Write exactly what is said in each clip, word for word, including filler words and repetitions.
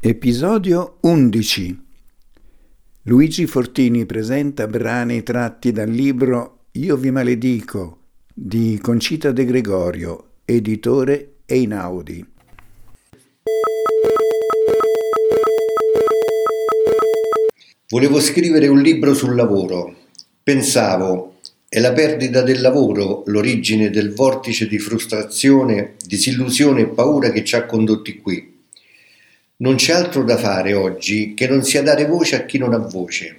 Episodio undici. Luigi Fortini presenta brani tratti dal libro Io vi maledico di Concita De Gregorio, editore Einaudi. Volevo scrivere un libro sul lavoro. Pensavo, è la perdita del lavoro l'origine del vortice di frustrazione, disillusione e paura che ci ha condotti qui. Non c'è altro da fare oggi che non sia dare voce a chi non ha voce.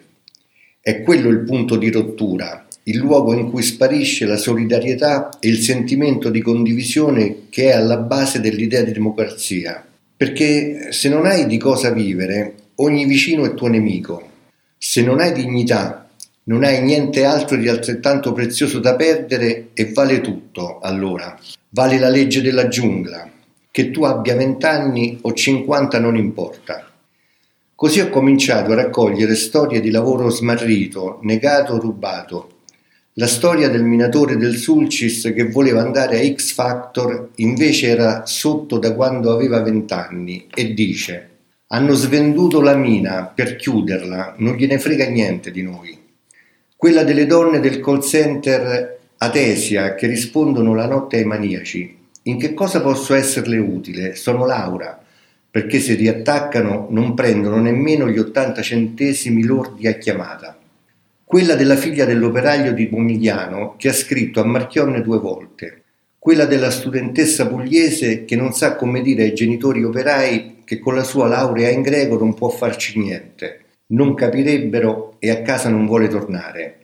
È quello il punto di rottura, il luogo in cui sparisce la solidarietà e il sentimento di condivisione che è alla base dell'idea di democrazia. Perché se non hai di cosa vivere, ogni vicino è tuo nemico. Se non hai dignità, non hai niente altro di altrettanto prezioso da perdere e vale tutto, allora. Vale la legge della giungla. Che tu abbia vent'anni o cinquanta non importa. Così ho cominciato a raccogliere storie di lavoro smarrito, negato, rubato. La storia del minatore del Sulcis che voleva andare a X Factor invece era sotto da quando aveva vent'anni e dice: hanno svenduto la mina per chiuderla, non gliene frega niente di noi. Quella delle donne del call center Atesia che rispondono la notte ai maniaci. In che cosa posso esserle utile? Sono Laura, perché se riattaccano non prendono nemmeno gli ottanta centesimi lordi a chiamata. Quella della figlia dell'operaio di Pomigliano che ha scritto a Marchionne due volte. Quella della studentessa pugliese che non sa come dire ai genitori operai che con la sua laurea in greco non può farci niente, non capirebbero e a casa non vuole tornare.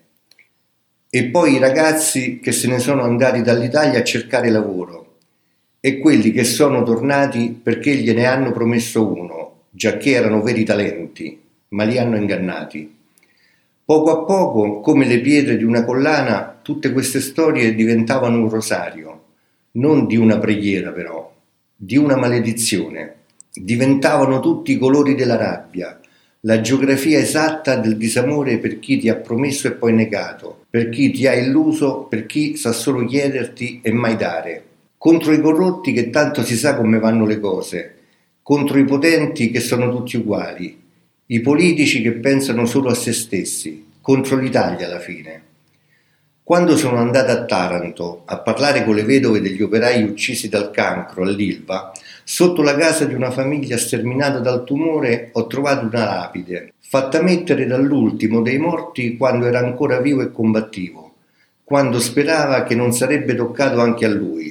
E poi i ragazzi che se ne sono andati dall'Italia a cercare lavoro. E quelli che sono tornati perché gliene hanno promesso uno, giacché erano veri talenti, ma li hanno ingannati. Poco a poco, come le pietre di una collana, tutte queste storie diventavano un rosario, non di una preghiera però, di una maledizione. Diventavano tutti i colori della rabbia, la geografia esatta del disamore per chi ti ha promesso e poi negato, per chi ti ha illuso, per chi sa solo chiederti e mai dare. Contro i corrotti che tanto si sa come vanno le cose, contro i potenti che sono tutti uguali, i politici che pensano solo a se stessi, contro l'Italia alla fine. Quando sono andata a Taranto a parlare con le vedove degli operai uccisi dal cancro all'Ilva, sotto la casa di una famiglia sterminata dal tumore ho trovato una lapide, fatta mettere dall'ultimo dei morti quando era ancora vivo e combattivo, quando sperava che non sarebbe toccato anche a lui.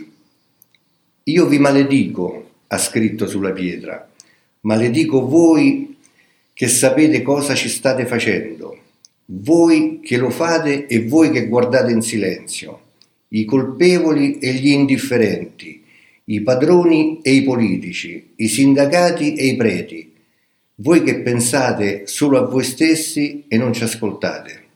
Io vi maledico, ha scritto sulla pietra, maledico voi che sapete cosa ci state facendo, voi che lo fate e voi che guardate in silenzio, i colpevoli e gli indifferenti, i padroni e i politici, i sindacati e i preti, voi che pensate solo a voi stessi e non ci ascoltate.